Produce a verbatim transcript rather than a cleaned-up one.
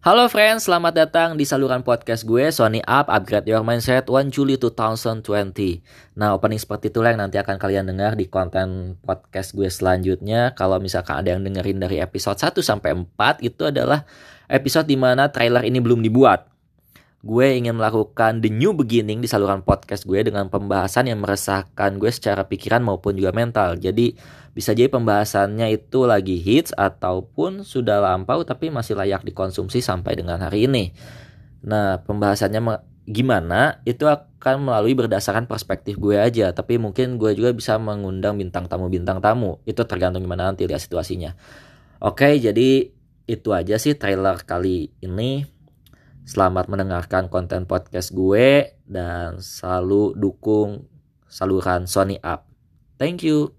Halo friends, selamat datang di saluran podcast gue, Sony Up, Upgrade Your Mindset, first July twenty twenty. Nah, opening seperti itulah yang nanti akan kalian dengar di konten podcast gue selanjutnya. Kalau misalkan ada yang dengerin dari episode satu sampai empat, itu adalah episode dimana trailer ini belum dibuat. Gue ingin melakukan the new beginning di saluran podcast gue dengan pembahasan yang meresahkan gue secara pikiran maupun juga mental. Jadi bisa jadi pembahasannya itu lagi hits ataupun sudah lampau tapi masih layak dikonsumsi sampai dengan hari ini. Nah, pembahasannya me- gimana itu akan melalui berdasarkan perspektif gue aja. Tapi mungkin gue juga bisa mengundang bintang tamu-bintang tamu. Itu tergantung gimana nanti lihat situasinya. Oke, jadi itu aja sih trailer kali ini. Selamat mendengarkan konten podcast gue dan selalu dukung saluran Sony Up. Thank you.